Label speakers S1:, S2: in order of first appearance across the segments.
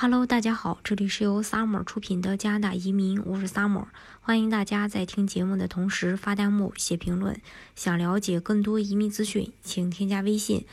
S1: Hello，大家好，这里是由 Summer 出品的加拿大移民，我是 Summer， 欢迎大家在听节目的同时发弹幕、写评论。想了解更多移民资讯，请添加微信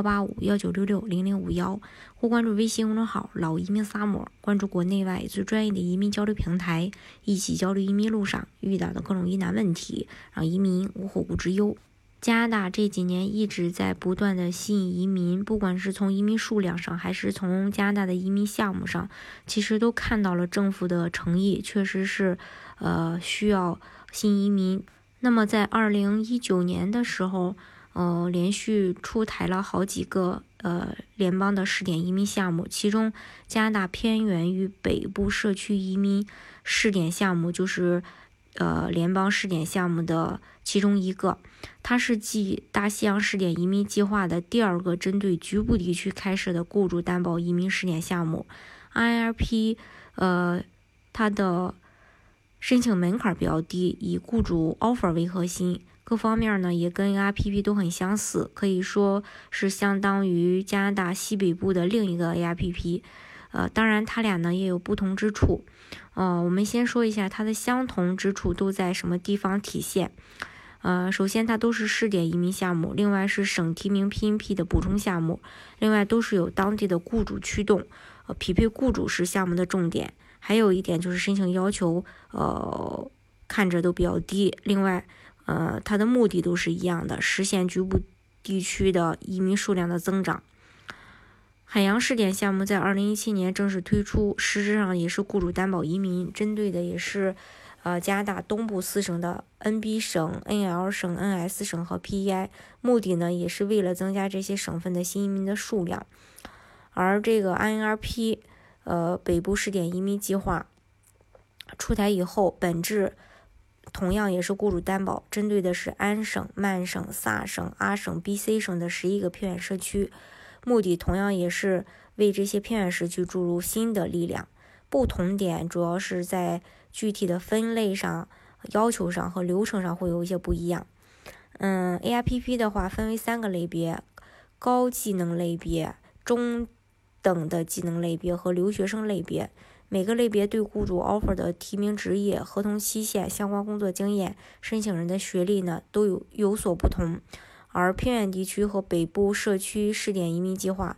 S1: 18519660051，或关注微信公众号老移民 Summer， 关注国内外最专业的移民交流平台，一起交流移民路上遇到的各种疑难问题，让移民无后顾之忧。加拿大这几年一直在不断的吸引移民，不管是从移民数量上，还是从加拿大的移民项目上，其实都看到了政府的诚意，确实是需要新移民。那么在2019年的时候，连续出台了好几个联邦的试点移民项目，其中加拿大偏远与北部社区移民试点项目就是联邦试点项目的其中一个，它是继大西洋试点移民计划的第二个针对局部地区开设的雇主担保移民试点项目。IRP 它的申请门槛比较低，以雇主 offer 为核心，各方面呢也跟 ARPP 都很相似，可以说是相当于加拿大西北部的另一个 ARPP。当然它俩呢也有不同之处。我们先说一下它的相同之处都在什么地方体现。首先它都是试点移民项目，另外是省提名 PNP 的补充项目，另外都是有当地的雇主驱动，匹配雇主是项目的重点。还有一点就是申请要求看着都比较低，另外它的目的都是一样的，实现局部地区的移民数量的增长。海洋试点项目在2017年正式推出，实质上也是雇主担保移民，针对的也是加拿大东部4省的 NB 省、NL 省、NS 省和 PEI， 目的呢也是为了增加这些省份的新移民的数量。而这个 INRP 北部试点移民计划出台以后，本质同样也是雇主担保，针对的是安省、曼省、萨省、阿省、BC 省的11个偏远社区，目的同样也是为这些偏远社区注入新的力量。不同点主要是在具体的分类上、要求上和流程上会有一些不一样。ARPP 的话分为3个类别：高技能类别、中等的技能类别和留学生类别。每个类别对雇主 offer 的提名职业、合同期限、相关工作经验、申请人的学历呢都有所不同。而偏远地区和北部社区试点移民计划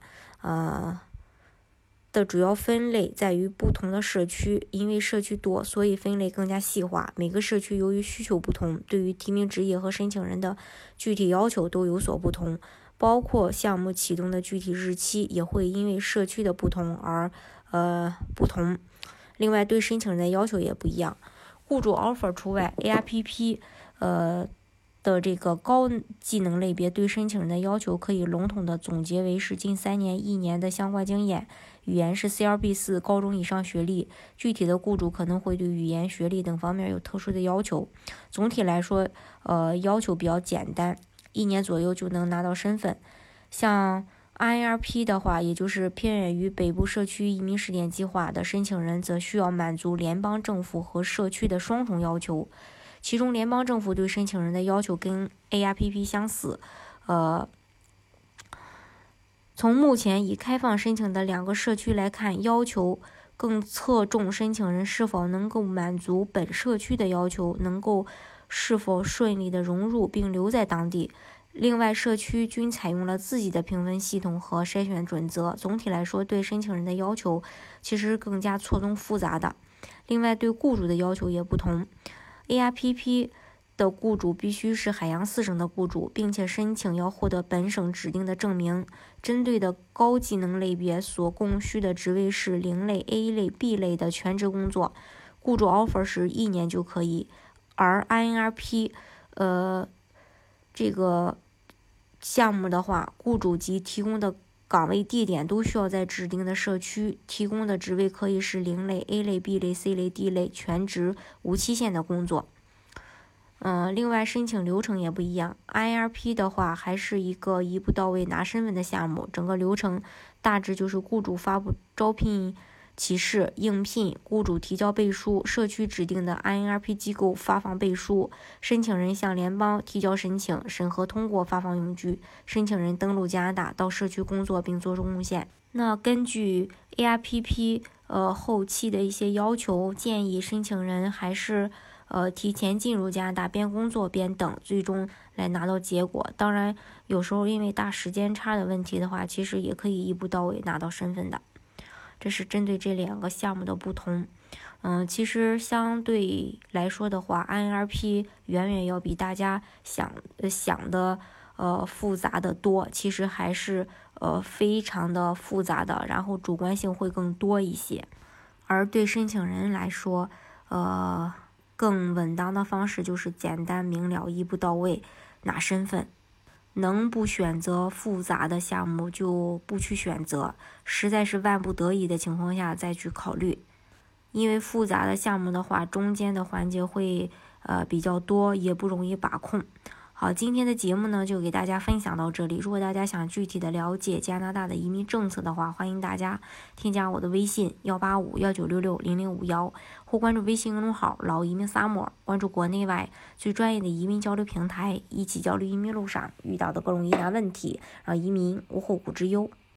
S1: 的主要分类在于不同的社区，因为社区多，所以分类更加细化。每个社区由于需求不同，对于提名职业和申请人的具体要求都有所不同，包括项目启动的具体日期也会因为社区的不同而不同。另外对申请人的要求也不一样，雇主 offer 除外。 ARPP 的这个高技能类别对申请人的要求可以笼统的总结为是近3年、1年的相关经验，语言是 CLB4 高中以上学历，具体的雇主可能会对语言、学历等方面有特殊的要求。总体来说要求比较简单，1年左右就能拿到身份。像 INRP 的话，也就是偏远于北部社区移民试点计划的申请人，则需要满足联邦政府和社区的双重要求。其中联邦政府对申请人的要求跟 ARPP 相似。从目前已开放申请的2个社区来看，要求更侧重申请人是否能够满足本社区的要求，能够是否顺利的融入并留在当地。另外社区均采用了自己的评分系统和筛选准则，总体来说对申请人的要求其实更加错综复杂的。另外对雇主的要求也不同， ARPP 的雇主必须是海洋4省的雇主，并且申请要获得本省指定的证明。针对的高技能类别所供需的职位是0类、A 类、B 类的全职工作，雇主 offer 是1年就可以。而 INRP 这个项目的话，雇主及提供的岗位地点都需要在指定的社区，提供的职位可以是0类、A 类、B 类、C 类、D 类，全职无期限的工作。另外申请流程也不一样， INRP 的话还是一个一步到位拿身份的项目，整个流程大致就是雇主发布招聘启事、应聘，雇主提交背书，社区指定的 INRP 机构发放背书，申请人向联邦提交申请，审核通过发放永居，申请人登陆加拿大，到社区工作并做出贡献。 那根据 ARPP 后期的一些要求，建议申请人还是提前进入加拿大，边工作边等，最终来拿到结果。当然，有时候因为大时间差的问题的话，其实也可以一步到位拿到身份的。这是针对这2个项目的不同。其实相对来说的话 ，INRP 远远要比大家想的复杂的多，其实还是非常的复杂的，然后主观性会更多一些。而对申请人来说，更稳当的方式就是简单明了，一步到位拿身份。能不选择复杂的项目就不去选择，实在是万不得已的情况下再去考虑。因为复杂的项目的话，中间的环节会比较多，也不容易把控。好，今天的节目呢就给大家分享到这里。如果大家想具体的了解加拿大的移民政策的话，欢迎大家添加我的微信18519660051，或关注微信公众号老移民萨摩，关注国内外最专业的移民交流平台，一起交流移民路上遇到的各种疑难问题，让移民无后顾之忧。